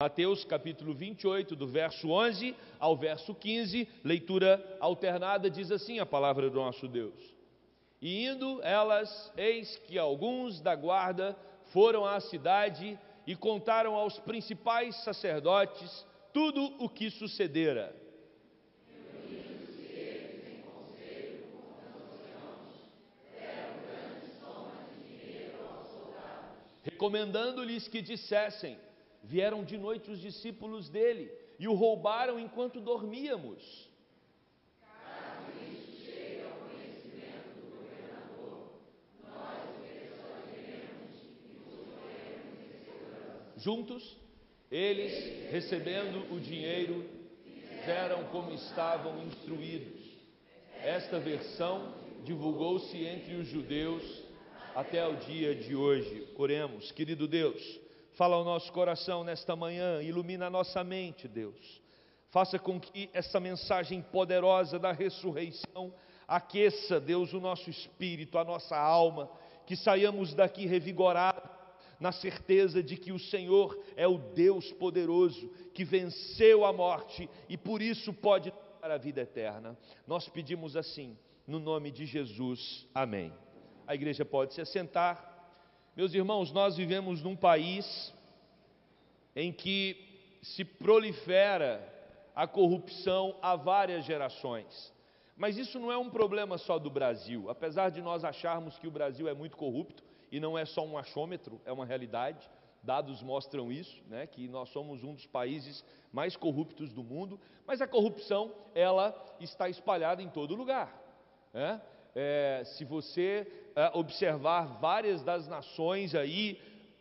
Mateus capítulo 28, do verso 11 ao verso 15, leitura alternada, diz assim a palavra do nosso Deus. E indo elas, eis que alguns da guarda foram à cidade e contaram aos principais sacerdotes tudo o que sucedera. Recomendando-lhes que dissessem: vieram de noite os discípulos dele e o roubaram enquanto dormíamos. Caso isso chegue ao conhecimento do governador, nós o persuadiremos e nos poremos em segurança. Juntos, eles, recebendo o dinheiro, fizeram como estavam instruídos. Esta versão divulgou-se entre os judeus até o dia de hoje. Oremos. Querido Deus, fala ao nosso coração nesta manhã, ilumina a nossa mente, Deus. Faça com que essa mensagem poderosa da ressurreição aqueça, Deus, o nosso espírito, a nossa alma, que saiamos daqui revigorados, na certeza de que o Senhor é o Deus poderoso, que venceu a morte e por isso pode dar a vida eterna. Nós pedimos assim, no nome de Jesus. Amém. A igreja pode se assentar. Meus irmãos, nós vivemos num país em que se prolifera a corrupção há várias gerações. Mas isso não é um problema só do Brasil, apesar de nós acharmos que o Brasil é muito corrupto, e não é só um achômetro, é uma realidade, dados mostram isso, né, que nós somos um dos países mais corruptos do mundo, mas a corrupção, ela está espalhada em todo lugar, né? Se você observar várias das nações aí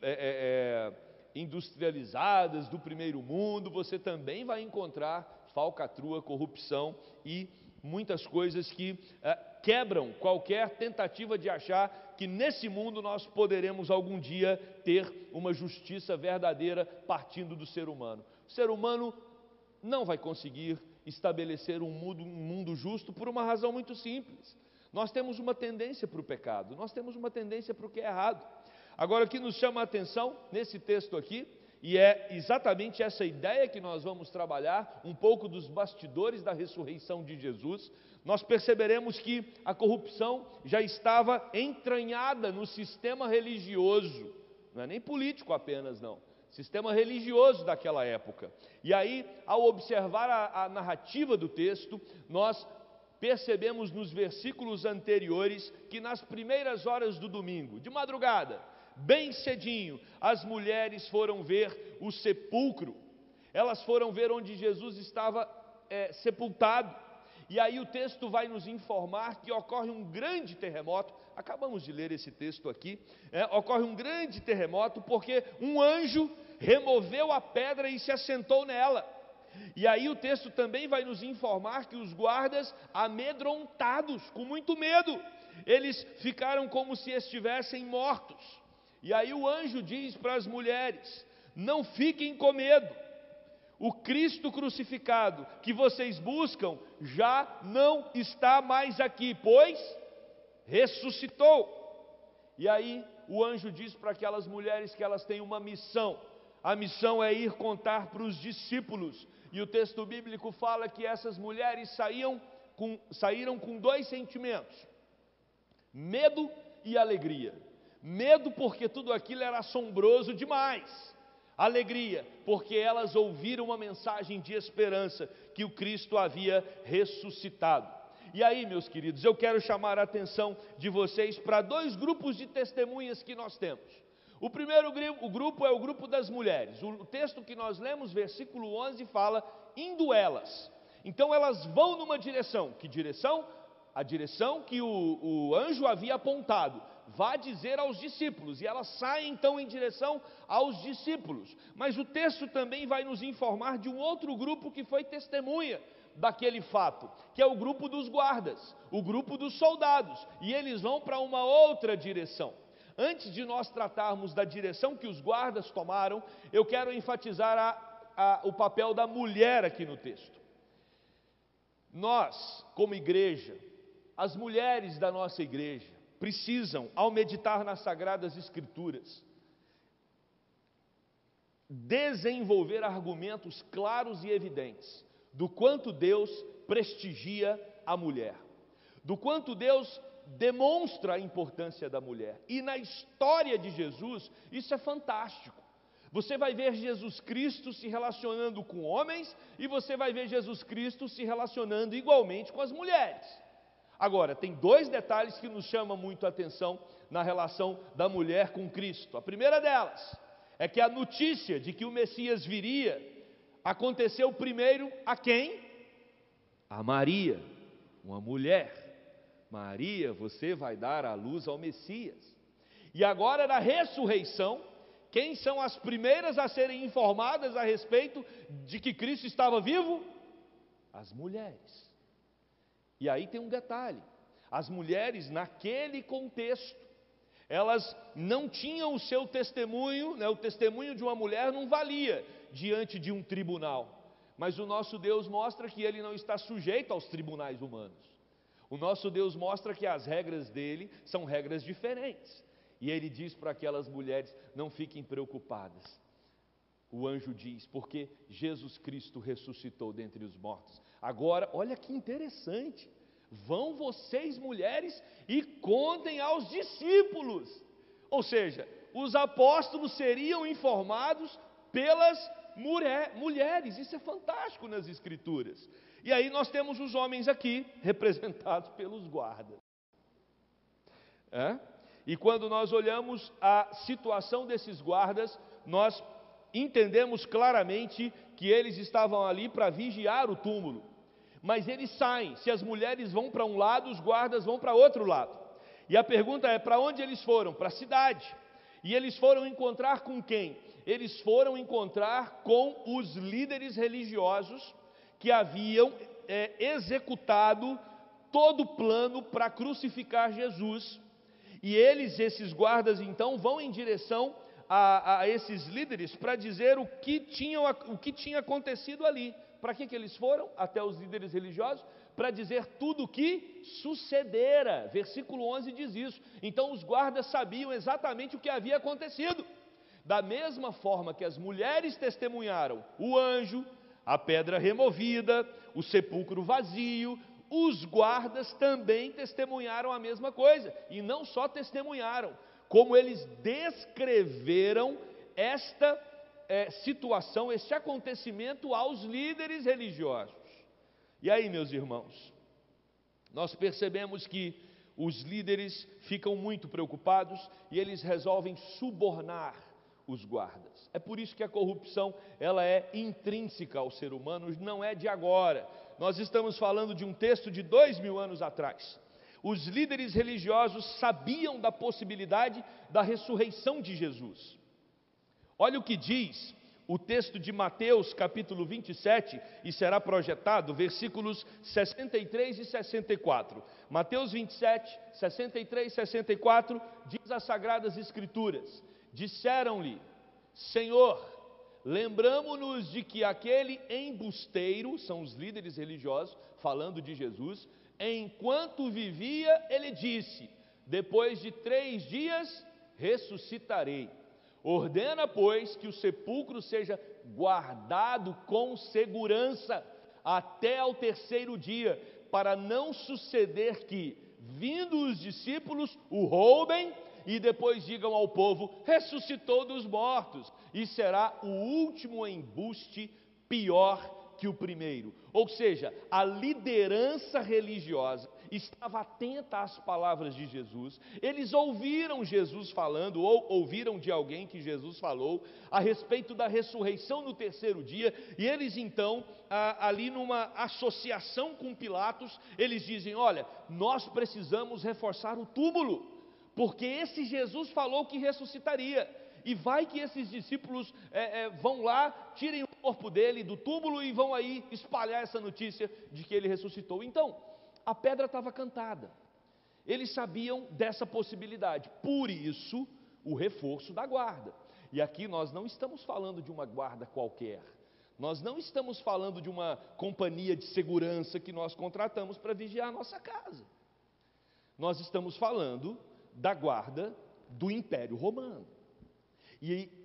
industrializadas do primeiro mundo, você também vai encontrar falcatrua, corrupção e muitas coisas que quebram qualquer tentativa de achar que nesse mundo nós poderemos algum dia ter uma justiça verdadeira partindo do ser humano. O ser humano não vai conseguir estabelecer um mundo justo por uma razão muito simples. Nós temos uma tendência para o pecado, nós temos uma tendência para o que é errado. Agora, o que nos chama a atenção nesse texto aqui, e é exatamente essa ideia que nós vamos trabalhar, um pouco dos bastidores da ressurreição de Jesus, nós perceberemos que a corrupção já estava entranhada no sistema religioso, não é nem político apenas não, sistema religioso daquela época. E aí, ao observar a narrativa do texto, nós percebemos nos versículos anteriores que nas primeiras horas do domingo, de madrugada, bem cedinho, as mulheres foram ver o sepulcro, elas foram ver onde Jesus estava sepultado, e aí o texto vai nos informar que ocorre um grande terremoto, acabamos de ler esse texto aqui, ocorre um grande terremoto porque um anjo removeu a pedra e se assentou nela. E aí o texto também vai nos informar que os guardas, amedrontados, com muito medo, eles ficaram como se estivessem mortos. E aí o anjo diz para as mulheres: não fiquem com medo, o Cristo crucificado que vocês buscam já não está mais aqui, pois ressuscitou. E aí o anjo diz para aquelas mulheres que elas têm uma missão. A missão é ir contar para os discípulos. E o texto bíblico fala que essas mulheres saíram com dois sentimentos: medo e alegria. Medo porque tudo aquilo era assombroso demais. Alegria porque elas ouviram uma mensagem de esperança, que o Cristo havia ressuscitado. E aí, meus queridos, eu quero chamar a atenção de vocês para dois grupos de testemunhas que nós temos. O primeiro grupo é o grupo das mulheres. O texto que nós lemos, versículo 11, fala: indo elas. Então elas vão numa direção. Que direção? A direção que o anjo havia apontado. Vá dizer aos discípulos. E elas saem então em direção aos discípulos. Mas o texto também vai nos informar de um outro grupo que foi testemunha daquele fato, que é o grupo dos guardas, o grupo dos soldados. E eles vão para uma outra direção. Antes de nós tratarmos da direção que os guardas tomaram, eu quero enfatizar o papel da mulher aqui no texto. Nós, como igreja, as mulheres da nossa igreja, precisam, ao meditar nas Sagradas Escrituras, desenvolver argumentos claros e evidentes do quanto Deus prestigia a mulher, do quanto Deus demonstra a importância da mulher. E na história de Jesus, isso é fantástico. Você vai ver Jesus Cristo se relacionando com homens e você vai ver Jesus Cristo se relacionando igualmente com as mulheres. Agora, tem dois detalhes que nos chamam muito a atenção na relação da mulher com Cristo. A primeira delas é que a notícia de que o Messias viria aconteceu primeiro a quem? A Maria, uma mulher. Maria, você vai dar à luz ao Messias. E agora na ressurreição, quem são as primeiras a serem informadas a respeito de que Cristo estava vivo? As mulheres. E aí tem um detalhe: as mulheres naquele contexto, elas não tinham o seu testemunho, o testemunho de uma mulher não valia diante de um tribunal. Mas o nosso Deus mostra que Ele não está sujeito aos tribunais humanos. O nosso Deus mostra que as regras dele são regras diferentes. E Ele diz para aquelas mulheres: não fiquem preocupadas. O anjo diz: porque Jesus Cristo ressuscitou dentre os mortos. Agora, olha que interessante. Vão vocês, mulheres, e contem aos discípulos. Ou seja, os apóstolos seriam informados pelas mulheres. Isso é fantástico nas Escrituras. E aí nós temos os homens aqui, representados pelos guardas. E quando nós olhamos a situação desses guardas, nós entendemos claramente que eles estavam ali para vigiar o túmulo. Mas eles saem. Se as mulheres vão para um lado, os guardas vão para outro lado. E a pergunta é: para onde eles foram? Para a cidade. E eles foram encontrar com quem? Eles foram encontrar com os líderes religiosos que haviam executado todo o plano para crucificar Jesus. E esses guardas então vão em direção a esses líderes para dizer o que tinha acontecido ali. Para que eles foram até os líderes religiosos? Para dizer tudo o que sucedera. Versículo 11 diz isso. Então os guardas sabiam exatamente o que havia acontecido. Da mesma forma que as mulheres testemunharam o anjo, a pedra removida, o sepulcro vazio, os guardas também testemunharam a mesma coisa. E não só testemunharam, como eles descreveram esta situação, este acontecimento aos líderes religiosos. E aí, meus irmãos, nós percebemos que os líderes ficam muito preocupados e eles resolvem subornar os guardas. É por isso que a corrupção, ela é intrínseca ao ser humano, não é de agora. Nós estamos falando de um texto de 2000 anos atrás. Os líderes religiosos sabiam da possibilidade da ressurreição de Jesus. Olha o que diz o texto de Mateus capítulo 27, e será projetado, versículos 63 e 64. Mateus 27, 63 e 64, diz as Sagradas Escrituras: disseram-lhe: Senhor, lembramo-nos de que aquele embusteiro, são os líderes religiosos falando de Jesus, enquanto vivia, ele disse: depois de 3 dias ressuscitarei. Ordena, pois, que o sepulcro seja guardado com segurança até ao 3º dia, para não suceder que, vindo os discípulos, o roubem e depois digam ao povo: ressuscitou dos mortos, e será o último embuste pior que o primeiro. Ou seja, a liderança religiosa estava atenta às palavras de Jesus. Eles ouviram Jesus falando, ou ouviram de alguém que Jesus falou a respeito da ressurreição no 3º dia, e eles então, ali numa associação com Pilatos, eles dizem: olha, nós precisamos reforçar o túmulo, porque esse Jesus falou que ressuscitaria, e vai que esses discípulos vão lá, tirem o corpo dele do túmulo e vão aí espalhar essa notícia de que ele ressuscitou. Então, a pedra estava cantada, eles sabiam dessa possibilidade, por isso o reforço da guarda. E aqui nós não estamos falando de uma guarda qualquer, nós não estamos falando de uma companhia de segurança que nós contratamos para vigiar a nossa casa. Nós estamos falando da guarda do Império Romano. E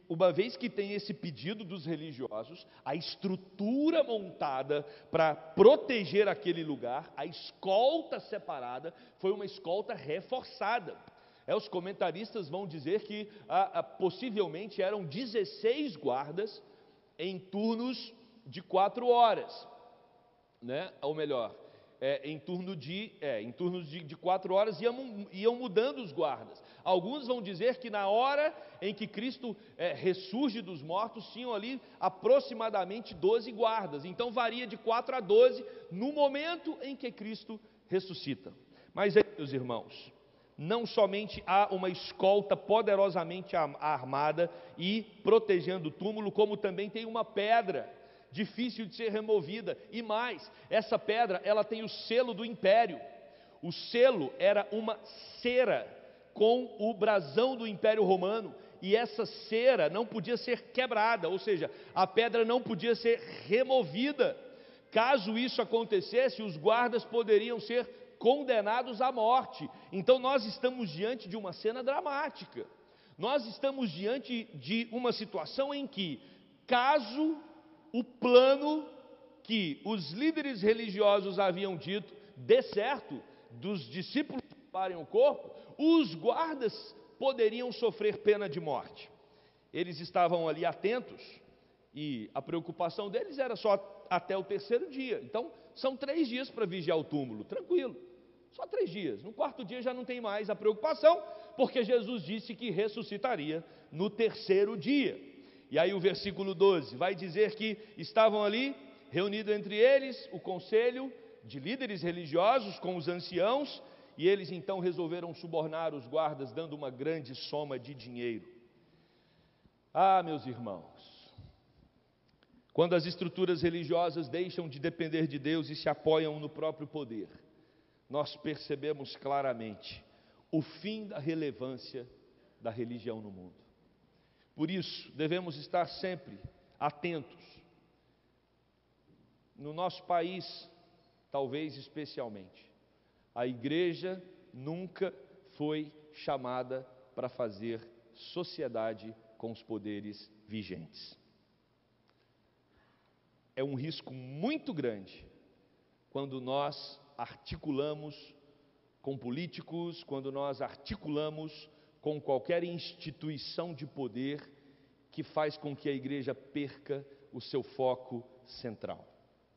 uma vez que tem esse pedido dos religiosos, a estrutura montada para proteger aquele lugar, a escolta separada, foi uma escolta reforçada. Os comentaristas vão dizer que possivelmente eram 16 guardas em turnos de 4 horas, né? Ou melhor, em turnos de 4 horas iam mudando os guardas. Alguns vão dizer que na hora em que Cristo ressurge dos mortos, tinham ali aproximadamente 12 guardas. Então varia de 4 a 12 no momento em que Cristo ressuscita. Mas aí, meus irmãos, não somente há uma escolta poderosamente armada e protegendo o túmulo, como também tem uma pedra difícil de ser removida. E mais, essa pedra, ela tem o selo do império. O selo era uma cera com o brasão do Império Romano, e essa cera não podia ser quebrada, ou seja, a pedra não podia ser removida. Caso isso acontecesse, os guardas poderiam ser condenados à morte. Então nós estamos diante de uma cena dramática. Nós estamos diante de uma situação em que, caso o plano que os líderes religiosos haviam dito dê certo, dos discípulos levarem o corpo, os guardas poderiam sofrer pena de morte. Eles estavam ali atentos, e a preocupação deles era só até o 3º dia. Então são 3 dias para vigiar o túmulo, tranquilo, só 3 dias. No 4º dia já não tem mais a preocupação, porque Jesus disse que ressuscitaria no 3º dia. E aí o versículo 12 vai dizer que estavam ali, reunido entre eles, o conselho de líderes religiosos com os anciãos, e eles então resolveram subornar os guardas, dando uma grande soma de dinheiro. Meus irmãos, quando as estruturas religiosas deixam de depender de Deus e se apoiam no próprio poder, nós percebemos claramente o fim da relevância da religião no mundo. Por isso, devemos estar sempre atentos. No nosso país, talvez especialmente, a igreja nunca foi chamada para fazer sociedade com os poderes vigentes. É um risco muito grande quando nós articulamos com políticos, quando nós articulamos com qualquer instituição de poder que faz com que a igreja perca o seu foco central.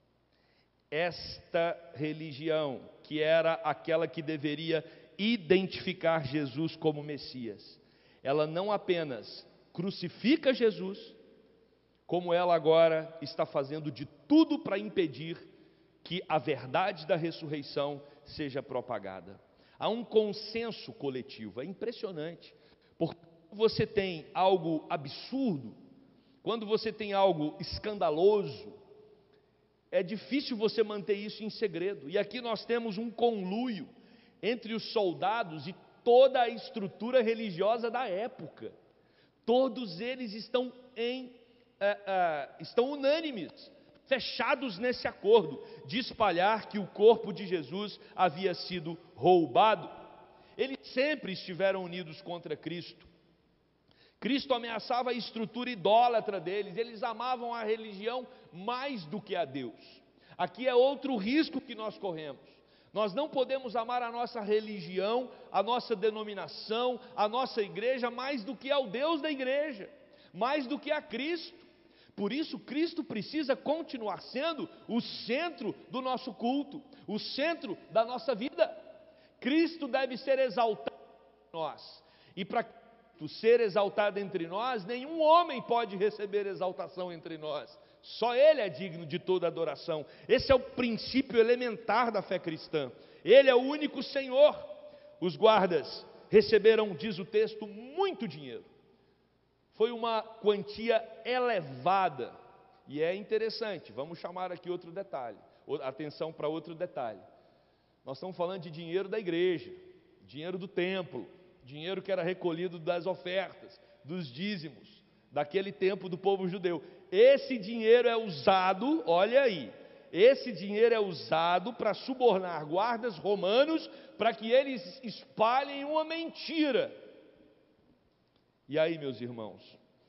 Esta religião, que era aquela que deveria identificar Jesus como Messias, ela não apenas crucifica Jesus, como ela agora está fazendo de tudo para impedir que a verdade da ressurreição seja propagada. Há um consenso coletivo, é impressionante, porque você tem algo absurdo, quando você tem algo escandaloso, é difícil você manter isso em segredo. E aqui nós temos um conluio entre os soldados e toda a estrutura religiosa da época. Todos eles estão unânimes, fechados nesse acordo de espalhar que o corpo de Jesus havia sido roubado. Eles sempre estiveram unidos contra Cristo. Cristo ameaçava a estrutura idólatra deles, eles amavam a religião mais do que a Deus. Aqui é outro risco que nós corremos. Nós não podemos amar a nossa religião, a nossa denominação, a nossa igreja mais do que ao Deus da igreja, mais do que a Cristo. Por isso Cristo precisa continuar sendo o centro do nosso culto, o centro da nossa vida. Cristo deve ser exaltado em nós, e para ser exaltado entre nós, nenhum homem pode receber exaltação entre nós, só Ele é digno de toda adoração. Esse é o princípio elementar da fé cristã, Ele é o único Senhor. Os guardas receberam, diz o texto, muito dinheiro, foi uma quantia elevada, e é interessante, vamos chamar aqui outro detalhe, atenção para outro detalhe, nós estamos falando de dinheiro da igreja, dinheiro do templo, dinheiro que era recolhido das ofertas, dos dízimos, daquele tempo do povo judeu. Esse dinheiro é usado, olha aí, esse dinheiro é usado para subornar guardas romanos, para que eles espalhem uma mentira. E aí, meus irmãos,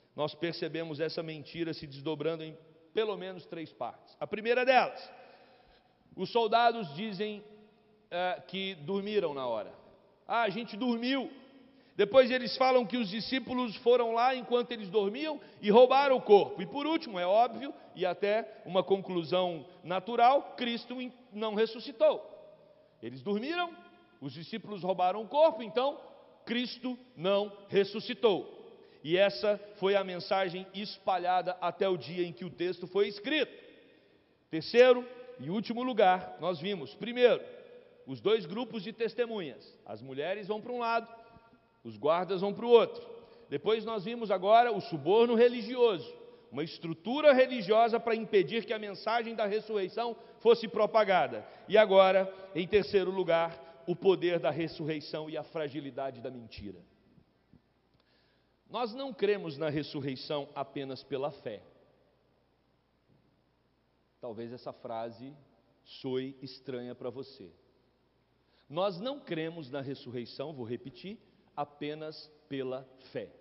nós percebemos essa mentira se desdobrando em pelo menos 3 partes. A primeira delas, os soldados dizem que dormiram na hora. A gente dormiu. Depois eles falam que os discípulos foram lá enquanto eles dormiam e roubaram o corpo. E por último, é óbvio, e até uma conclusão natural, Cristo não ressuscitou. Eles dormiram, os discípulos roubaram o corpo, então Cristo não ressuscitou. E essa foi a mensagem espalhada até o dia em que o texto foi escrito. Terceiro e último lugar, nós vimos, primeiro, os 2 grupos de testemunhas. As mulheres vão para um lado, os guardas vão para o outro. Depois nós vimos agora o suborno religioso, uma estrutura religiosa para impedir que a mensagem da ressurreição fosse propagada. E agora, em terceiro lugar, o poder da ressurreição e a fragilidade da mentira. Nós não cremos na ressurreição apenas pela fé. Talvez essa frase soe estranha para você. Nós não cremos na ressurreição, vou repetir, apenas pela fé.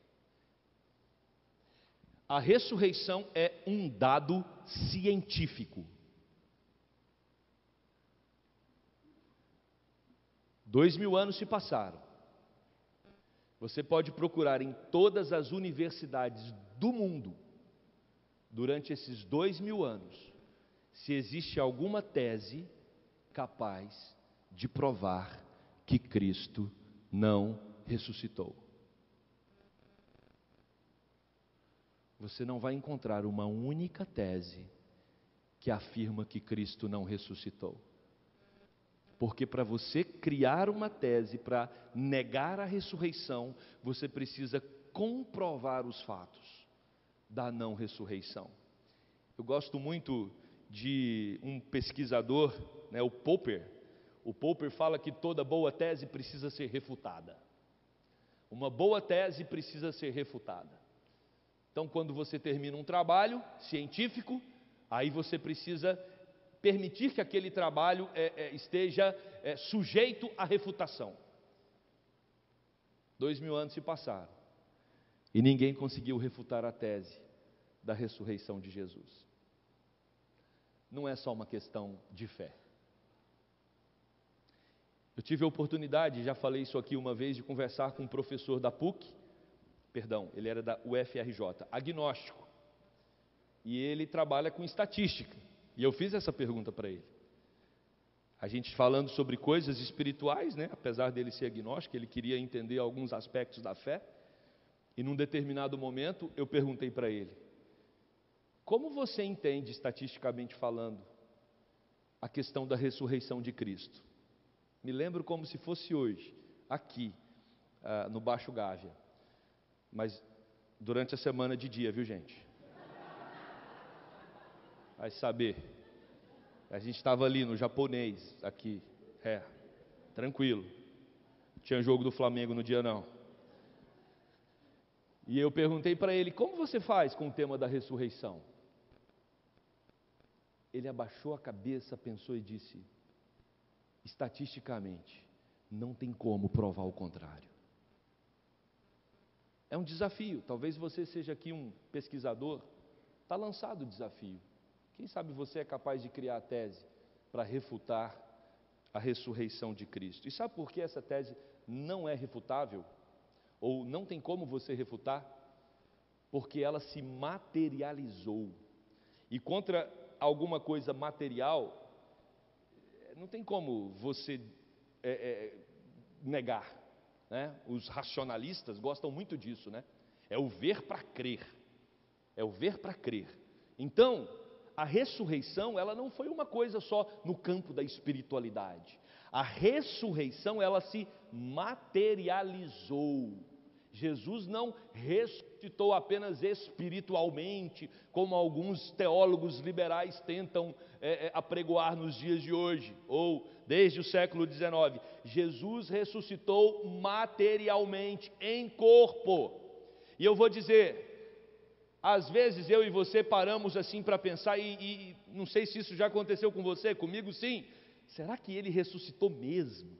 A ressurreição é um dado científico. 2000 anos se passaram. Você pode procurar em todas as universidades do mundo, durante esses 2000 anos, se existe alguma tese capaz de provar que Cristo não ressuscitou. Você não vai encontrar uma única tese que afirma que Cristo não ressuscitou. Porque para você criar uma tese para negar a ressurreição, você precisa comprovar os fatos da não ressurreição. Eu gosto muito de um pesquisador, o Popper. O Popper fala que toda boa tese precisa ser refutada. Uma boa tese precisa ser refutada. Então, quando você termina um trabalho científico, aí você precisa permitir que aquele trabalho esteja sujeito à refutação. 2000 anos se passaram e ninguém conseguiu refutar a tese da ressurreição de Jesus. Não é só uma questão de fé. Eu tive a oportunidade, já falei isso aqui uma vez, de conversar com um professor da PUC, ele era da UFRJ, agnóstico, e ele trabalha com estatística. E eu fiz essa pergunta para ele. A gente falando sobre coisas espirituais, apesar dele ser agnóstico, ele queria entender alguns aspectos da fé. E num determinado momento eu perguntei para ele: como você entende, estatisticamente falando, a questão da ressurreição de Cristo? Me lembro como se fosse hoje, aqui, no Baixo Gávea. Mas durante a semana de dia, viu, gente? Vai saber. A gente estava ali no japonês, aqui, tranquilo. Não tinha jogo do Flamengo no dia não. E eu perguntei para ele: como você faz com o tema da ressurreição? Ele abaixou a cabeça, pensou e disse: estatisticamente, não tem como provar o contrário. É um desafio. Talvez você seja aqui um pesquisador. Está lançado o desafio. Quem sabe você é capaz de criar a tese para refutar a ressurreição de Cristo. E sabe por que essa tese não é refutável? Ou não tem como você refutar? Porque ela se materializou. E contra alguma coisa material, não tem como você negar. Os racionalistas gostam muito disso, É o ver para crer. É o ver para crer. Então, a ressurreição, ela não foi uma coisa só no campo da espiritualidade. A ressurreição, ela se materializou. Jesus não ressuscitou apenas espiritualmente, como alguns teólogos liberais tentam apregoar nos dias de hoje, ou desde o século XIX. Jesus ressuscitou materialmente, em corpo. E eu vou dizer, às vezes eu e você paramos assim para pensar, e não sei se isso já aconteceu com você, comigo sim. Será que ele ressuscitou mesmo?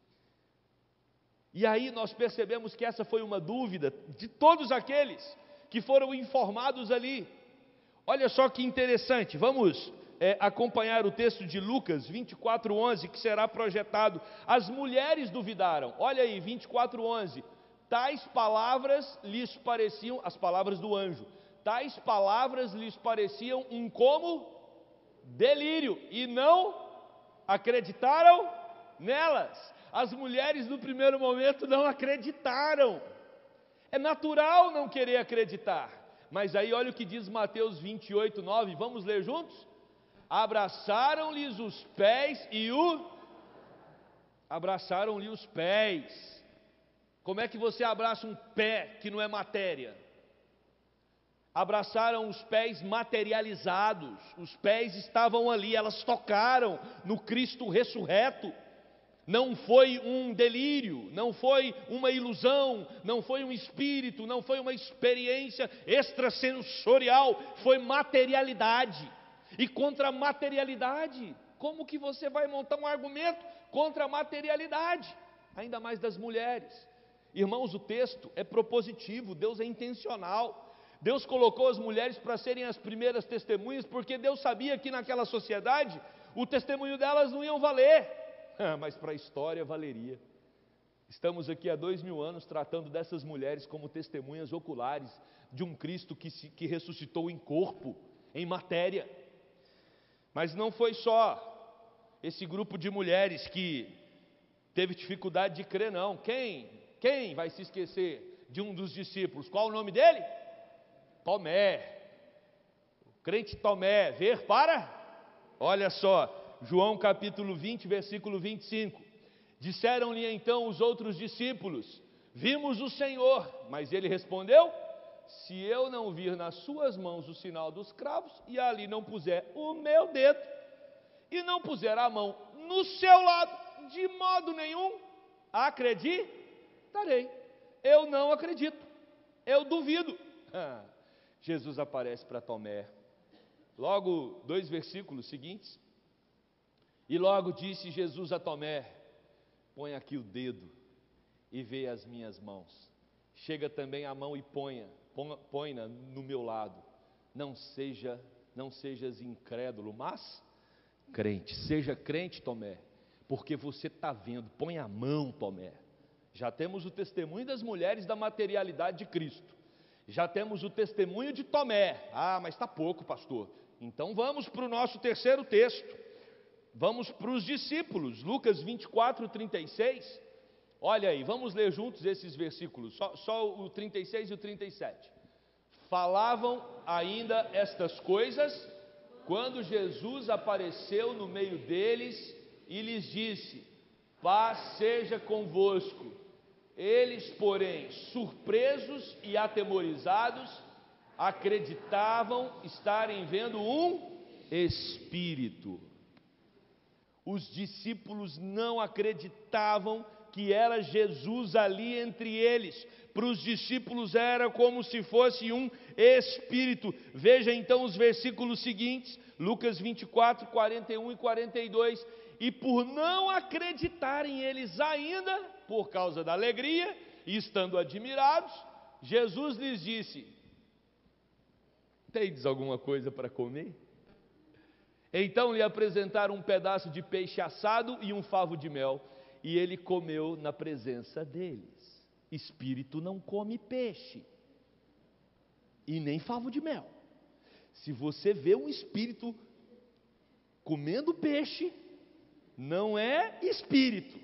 E aí nós percebemos que essa foi uma dúvida de todos aqueles que foram informados ali. Olha só que interessante, vamos acompanhar o texto de Lucas 24:11, que será projetado. As mulheres duvidaram, olha aí, 24:11, tais palavras lhes pareciam, as palavras do anjo, tais palavras lhes pareciam um como delírio, e não acreditaram nelas. As mulheres no primeiro momento não acreditaram. É natural não querer acreditar, mas aí olha o que diz Mateus 28:9, vamos ler juntos? Abraçaram-lhes os pés abraçaram-lhe os pés. Como é que você abraça um pé que não é matéria? Abraçaram os pés materializados, os pés estavam ali, elas tocaram no Cristo ressurreto. Não foi um delírio, não foi uma ilusão, não foi um espírito, não foi uma experiência extrasensorial, foi materialidade. E contra a materialidade, como que você vai montar um argumento contra a materialidade? Ainda mais das mulheres. Irmãos, o texto é propositivo, Deus é intencional. Deus colocou as mulheres para serem as primeiras testemunhas, porque Deus sabia que naquela sociedade, o testemunho delas não iam valer, mas para a história valeria. Estamos aqui há 2000 anos tratando dessas mulheres como testemunhas oculares de um Cristo que ressuscitou em corpo, em matéria. Mas não foi só esse grupo de mulheres que teve dificuldade de crer, não. Quem vai se esquecer de um dos discípulos? Qual o nome dele? Tomé. O crente Tomé, ver para? Olha só, João capítulo 20, versículo 25. Disseram-lhe então os outros discípulos: vimos o Senhor. Mas ele respondeu: se eu não vir nas suas mãos o sinal dos cravos, e ali não puser o meu dedo, e não puser a mão no seu lado, de modo nenhum acreditarei. Eu não acredito, eu duvido. Jesus aparece para Tomé, logo 2 versículos seguintes, e logo disse Jesus a Tomé: põe aqui o dedo e vê as minhas mãos, chega também a mão e põe-na no meu lado, não sejas incrédulo, mas crente. Seja crente, Tomé, porque você está vendo. Põe a mão, Tomé. Já temos o testemunho das mulheres da materialidade de Cristo, já temos o testemunho de Tomé. Mas está pouco, pastor. Então vamos para o nosso terceiro texto, vamos para os discípulos, Lucas 24, 36, olha aí, vamos ler juntos esses versículos, só o 36 e o 37. Falavam ainda estas coisas, quando Jesus apareceu no meio deles, e lhes disse: paz seja convosco. Eles, porém, surpresos e atemorizados, acreditavam estarem vendo um espírito. Os discípulos não acreditavam que era Jesus ali entre eles. Para os discípulos era como se fosse um espírito. Veja então os versículos seguintes, Lucas 24, 41 e 42. E por não acreditarem eles ainda, por causa da alegria, e estando admirados, Jesus lhes disse: tendes alguma coisa para comer? Então lhe apresentaram um pedaço de peixe assado e um favo de mel, e ele comeu na presença deles. Espírito não come peixe, e nem favo de mel. Se você vê um espírito comendo peixe, não é espírito,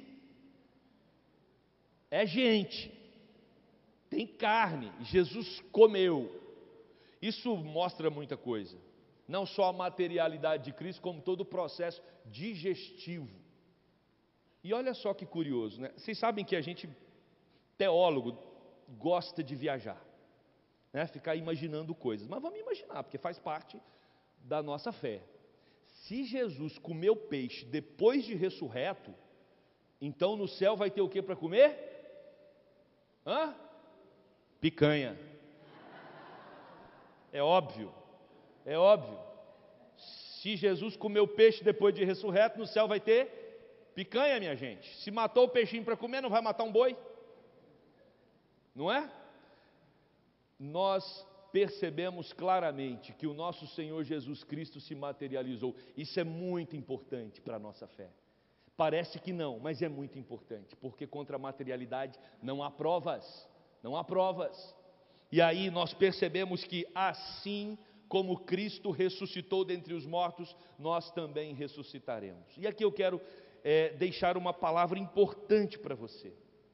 é gente, tem carne. Jesus comeu. Isso mostra muita coisa, não só a materialidade de Cristo, como todo o processo digestivo. E olha só que curioso, né? Vocês sabem que a gente, teólogo, gosta de viajar, né? Ficar imaginando coisas, mas vamos imaginar, porque faz parte da nossa fé. Se Jesus comeu peixe depois de ressurreto, então no céu vai ter o que para comer? Picanha. É óbvio, é óbvio. Se Jesus comeu peixe depois de ressurreto, no céu vai ter picanha, minha gente. Se matou o peixinho para comer, não vai matar um boi? Não é? Nós percebemos claramente que o nosso Senhor Jesus Cristo se materializou. Isso é muito importante para a nossa fé. Parece que não, mas é muito importante, porque contra a materialidade não há provas, não há provas. E aí nós percebemos que assim como Cristo ressuscitou dentre os mortos, nós também ressuscitaremos. E aqui eu quero deixar uma palavra importante para você.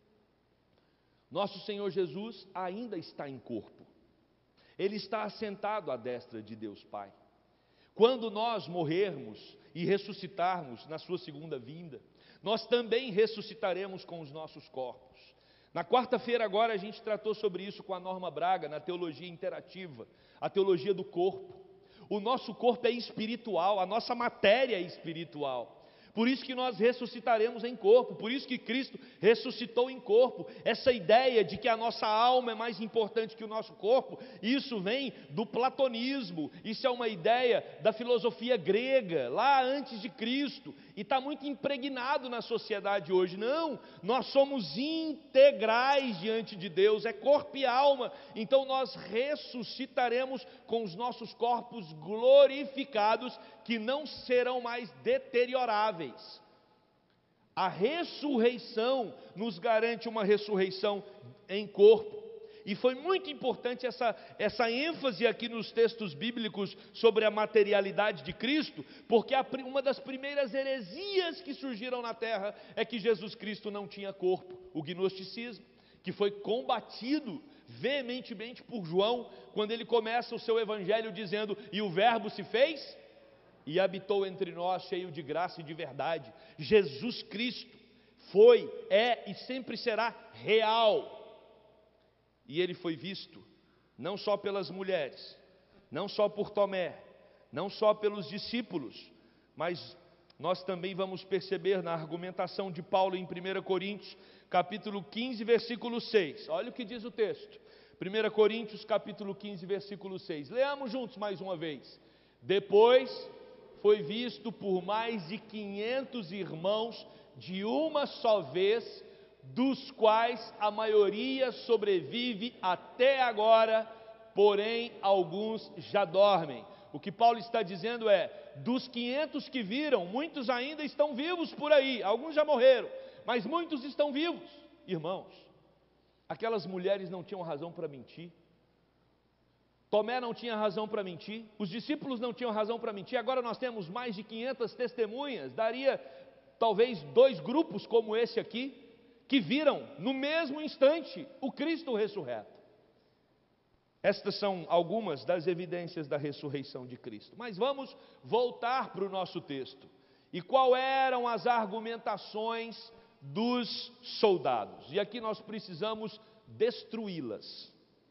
Nosso Senhor Jesus ainda está em corpo. Ele está assentado à destra de Deus Pai. Quando nós morrermos e ressuscitarmos na sua segunda vinda, nós também ressuscitaremos com os nossos corpos. Na quarta-feira agora a gente tratou sobre isso com a Norma Braga, na teologia interativa, a teologia do corpo. O nosso corpo é espiritual, a nossa matéria é espiritual. Por isso que nós ressuscitaremos em corpo, por isso que Cristo ressuscitou em corpo. Essa ideia de que a nossa alma é mais importante que o nosso corpo, isso vem do platonismo, isso é uma ideia da filosofia grega, lá antes de Cristo, e está muito impregnado na sociedade hoje. Não, nós somos integrais diante de Deus, é corpo e alma, então nós ressuscitaremos com os nossos corpos glorificados, que não serão mais deterioráveis. A ressurreição nos garante uma ressurreição em corpo. E foi muito importante essa ênfase aqui nos textos bíblicos sobre a materialidade de Cristo, porque uma das primeiras heresias que surgiram na terra é que Jesus Cristo não tinha corpo, o gnosticismo, que foi combatido veementemente por João, quando ele começa o seu evangelho dizendo: e o verbo se fez e habitou entre nós, cheio de graça e de verdade. Jesus Cristo foi, é e sempre será real. E ele foi visto, não só pelas mulheres, não só por Tomé, não só pelos discípulos, mas nós também vamos perceber na argumentação de Paulo em 1 Coríntios, capítulo 15, versículo 6. Olha o que diz o texto. 1 Coríntios, capítulo 15, versículo 6. Leamos juntos mais uma vez. Depois foi visto por mais de 500 irmãos de uma só vez, dos quais a maioria sobrevive até agora, porém alguns já dormem. O que Paulo está dizendo é: dos 500 que viram, muitos ainda estão vivos por aí, alguns já morreram, mas muitos estão vivos. Irmãos, aquelas mulheres não tinham razão para mentir, Tomé não tinha razão para mentir, os discípulos não tinham razão para mentir. Agora nós temos mais de 500 testemunhas, daria talvez 2 grupos como esse aqui, que viram no mesmo instante o Cristo ressurreto. Estas são algumas das evidências da ressurreição de Cristo. Mas vamos voltar para o nosso texto. E quais eram as argumentações dos soldados? E aqui nós precisamos destruí-las.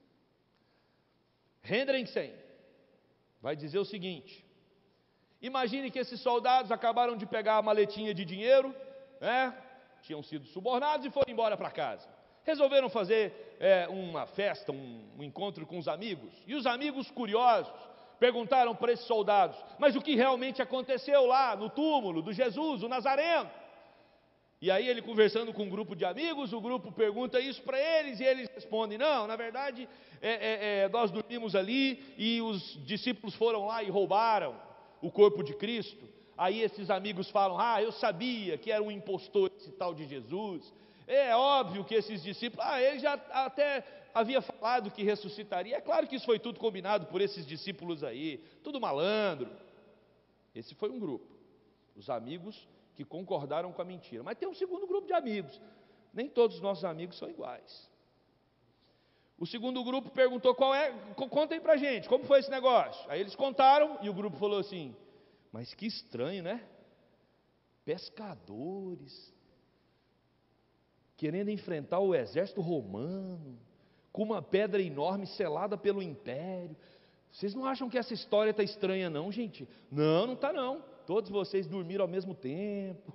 Hendrickson vai dizer o seguinte: imagine que esses soldados acabaram de pegar a maletinha de dinheiro, tinham sido subornados e foram embora para casa. Resolveram fazer uma festa, um encontro com os amigos. E os amigos, curiosos, perguntaram para esses soldados: mas o que realmente aconteceu lá no túmulo do Jesus, o Nazareno? E aí ele, conversando com um grupo de amigos, o grupo pergunta isso para eles, e eles respondem: não, na verdade nós dormimos ali e os discípulos foram lá e roubaram o corpo de Cristo. Aí esses amigos falam: eu sabia que era um impostor esse tal de Jesus. É óbvio que esses discípulos, ele já até havia falado que ressuscitaria. É claro que isso foi tudo combinado por esses discípulos aí, tudo malandro. Esse foi um grupo, os amigos que concordaram com a mentira. Mas tem um segundo grupo de amigos. Nem todos os nossos amigos são iguais. O segundo grupo perguntou: conta aí pra gente, como foi esse negócio? Aí eles contaram e o grupo falou assim: mas que estranho, né? Pescadores querendo enfrentar o exército romano com uma pedra enorme selada pelo império. Vocês não acham que essa história está estranha não, gente? Não está não. Todos vocês dormiram ao mesmo tempo.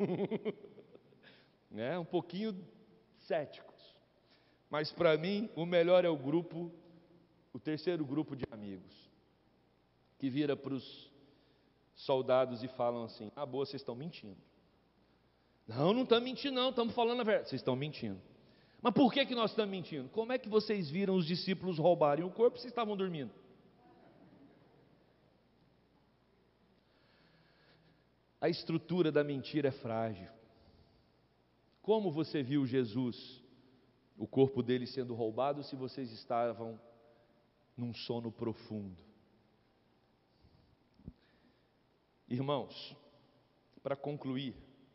Um pouquinho céticos. Mas para mim, o melhor é o terceiro grupo de amigos, que vira para os soldados e falam assim: boa, vocês estão mentindo. Não estamos mentindo não, estamos falando a verdade. Vocês estão mentindo. Mas por que nós estamos mentindo? Como é que vocês viram os discípulos roubarem o corpo se estavam dormindo? A estrutura da mentira é frágil. Como você viu Jesus, o corpo dele sendo roubado, se vocês estavam num sono profundo? Irmãos, para concluir,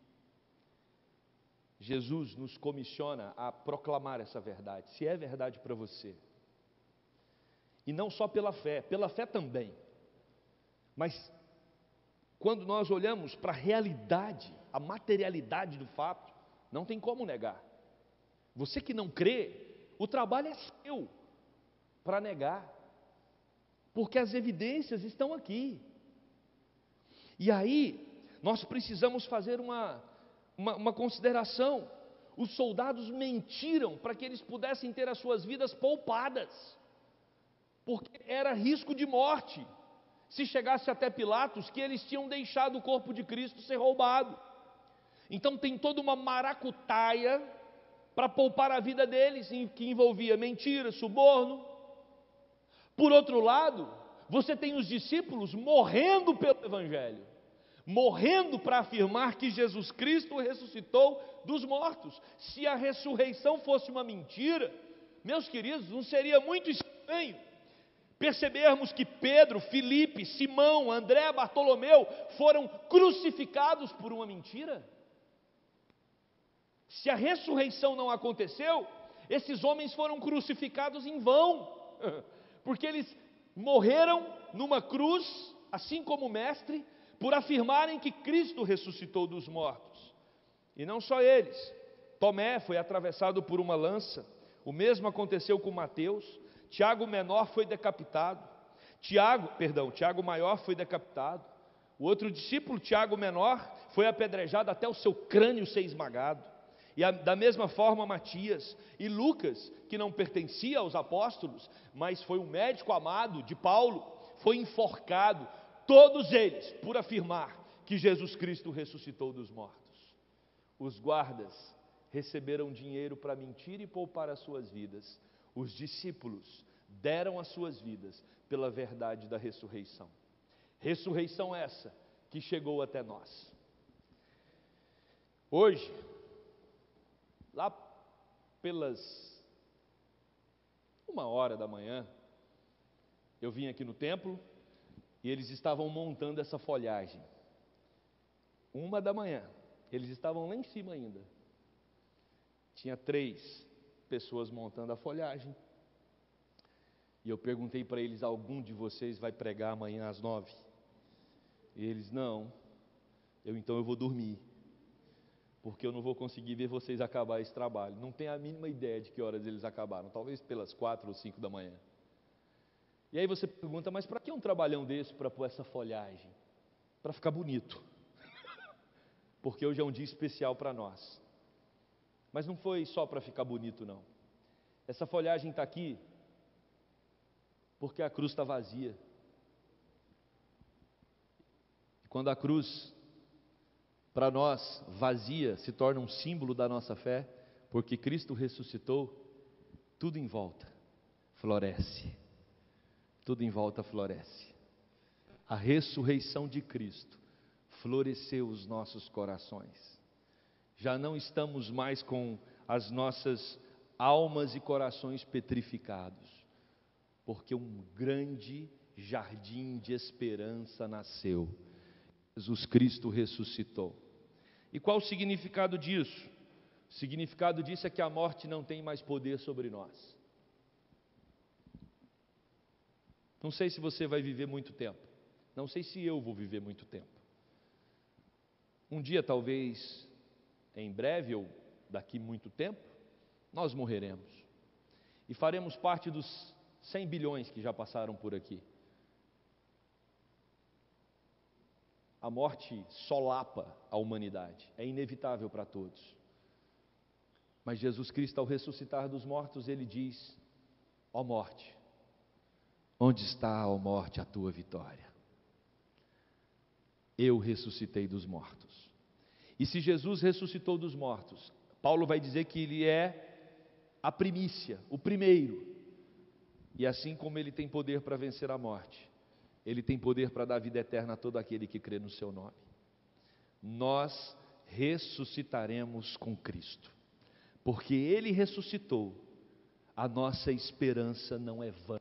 Jesus nos comissiona a proclamar essa verdade, se é verdade para você. E não só pela fé também. Mas quando nós olhamos para a realidade, a materialidade do fato, não tem como negar. Você que não crê, o trabalho é seu para negar, porque as evidências estão aqui. E aí, nós precisamos fazer uma consideração. Os soldados mentiram para que eles pudessem ter as suas vidas poupadas, porque era risco de morte, se chegasse até Pilatos, que eles tinham deixado o corpo de Cristo ser roubado. Então tem toda uma maracutaia para poupar a vida deles, que envolvia mentira, suborno. Por outro lado, você tem os discípulos morrendo pelo Evangelho, morrendo para afirmar que Jesus Cristo ressuscitou dos mortos. Se a ressurreição fosse uma mentira, meus queridos, não seria muito estranho percebermos que Pedro, Filipe, Simão, André, Bartolomeu foram crucificados por uma mentira? Se a ressurreição não aconteceu, esses homens foram crucificados em vão, porque eles morreram numa cruz, assim como o Mestre, por afirmarem que Cristo ressuscitou dos mortos. E não só eles, Tomé foi atravessado por uma lança, o mesmo aconteceu com Mateus. Tiago Menor foi decapitado, Tiago Maior foi decapitado, o outro discípulo, Tiago Menor, foi apedrejado até o seu crânio ser esmagado. E da mesma forma Matias e Lucas, que não pertencia aos apóstolos, mas foi um médico amado de Paulo, foi enforcado, todos eles por afirmar que Jesus Cristo ressuscitou dos mortos. Os guardas receberam dinheiro para mentir e poupar as suas vidas. Os discípulos deram as suas vidas pela verdade da ressurreição. Ressurreição essa que chegou até nós. Hoje, lá pelas 1h da manhã, eu vim aqui no templo e eles estavam montando essa folhagem. 1h da manhã, eles estavam lá em cima ainda. Tinha 3 pessoas montando a folhagem. E eu perguntei para eles: algum de vocês vai pregar amanhã às 9? E eles: não. Então eu vou dormir, porque eu não vou conseguir ver vocês acabar esse trabalho. Não tenho a mínima ideia de que horas eles acabaram, talvez pelas 4 ou 5 da manhã. E aí você pergunta: mas para que um trabalhão desse para pôr essa folhagem? Para ficar bonito, porque hoje é um dia especial para nós. Mas não foi só para ficar bonito, não. Essa folhagem está aqui porque a cruz está vazia. E quando a cruz, para nós, vazia, se torna um símbolo da nossa fé, porque Cristo ressuscitou, tudo em volta floresce. Tudo em volta floresce. A ressurreição de Cristo floresceu os nossos corações. Já não estamos mais com as nossas almas e corações petrificados, porque um grande jardim de esperança nasceu. Jesus Cristo ressuscitou. E qual o significado disso? O significado disso é que a morte não tem mais poder sobre nós. Não sei se você vai viver muito tempo. Não sei se eu vou viver muito tempo. Um dia, talvez, em breve ou daqui muito tempo, nós morreremos. E faremos parte dos 100 bilhões que já passaram por aqui. A morte solapa a humanidade, é inevitável para todos. Mas Jesus Cristo, ao ressuscitar dos mortos, Ele diz: ó morte, onde está, ó morte, a tua vitória? Eu ressuscitei dos mortos. E se Jesus ressuscitou dos mortos, Paulo vai dizer que Ele é a primícia, o primeiro. E assim como Ele tem poder para vencer a morte, Ele tem poder para dar vida eterna a todo aquele que crê no seu nome. Nós ressuscitaremos com Cristo, porque Ele ressuscitou, a nossa esperança não é vã.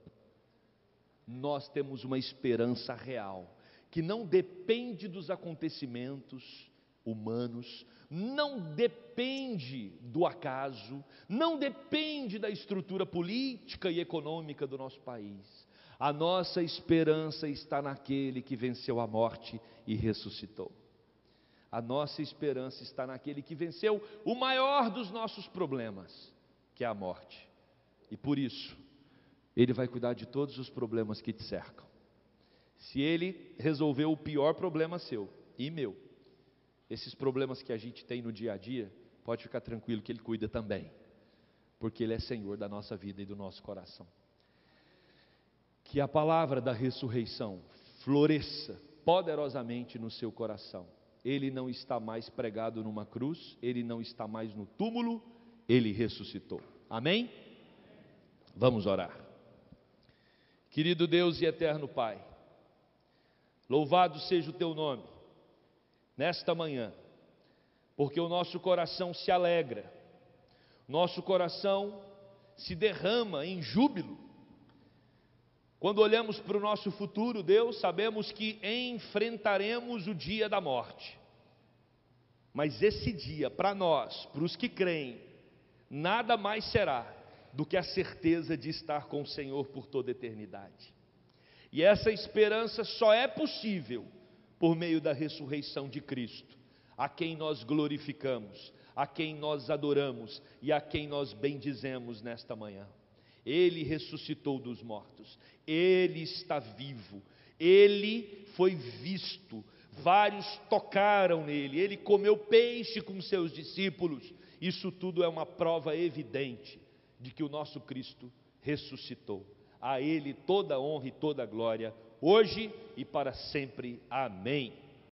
Nós temos uma esperança real, que não depende dos acontecimentos humanos, não depende do acaso, não depende da estrutura política e econômica do nosso país. A nossa esperança está naquele que venceu a morte e ressuscitou. A nossa esperança está naquele que venceu o maior dos nossos problemas, que é a morte. E por isso, Ele vai cuidar de todos os problemas que te cercam. Se Ele resolveu o pior problema seu e meu, esses problemas que a gente tem no dia a dia, pode ficar tranquilo que Ele cuida também, porque Ele é Senhor da nossa vida e do nosso coração. Que a palavra da ressurreição floresça poderosamente no seu coração. Ele não está mais pregado numa cruz, Ele não está mais no túmulo, Ele ressuscitou. Amém? Vamos orar. Querido Deus e eterno Pai, louvado seja o Teu nome, nesta manhã, porque o nosso coração se alegra, nosso coração se derrama em júbilo. Quando olhamos para o nosso futuro, Deus, sabemos que enfrentaremos o dia da morte. Mas esse dia, para nós, para os que creem, nada mais será do que a certeza de estar com o Senhor por toda a eternidade. E essa esperança só é possível por meio da ressurreição de Cristo, a quem nós glorificamos, a quem nós adoramos e a quem nós bendizemos nesta manhã. Ele ressuscitou dos mortos, Ele está vivo, Ele foi visto, vários tocaram nele, Ele comeu peixe com seus discípulos. Isso tudo é uma prova evidente de que o nosso Cristo ressuscitou. A Ele toda a honra e toda a glória, hoje e para sempre. Amém.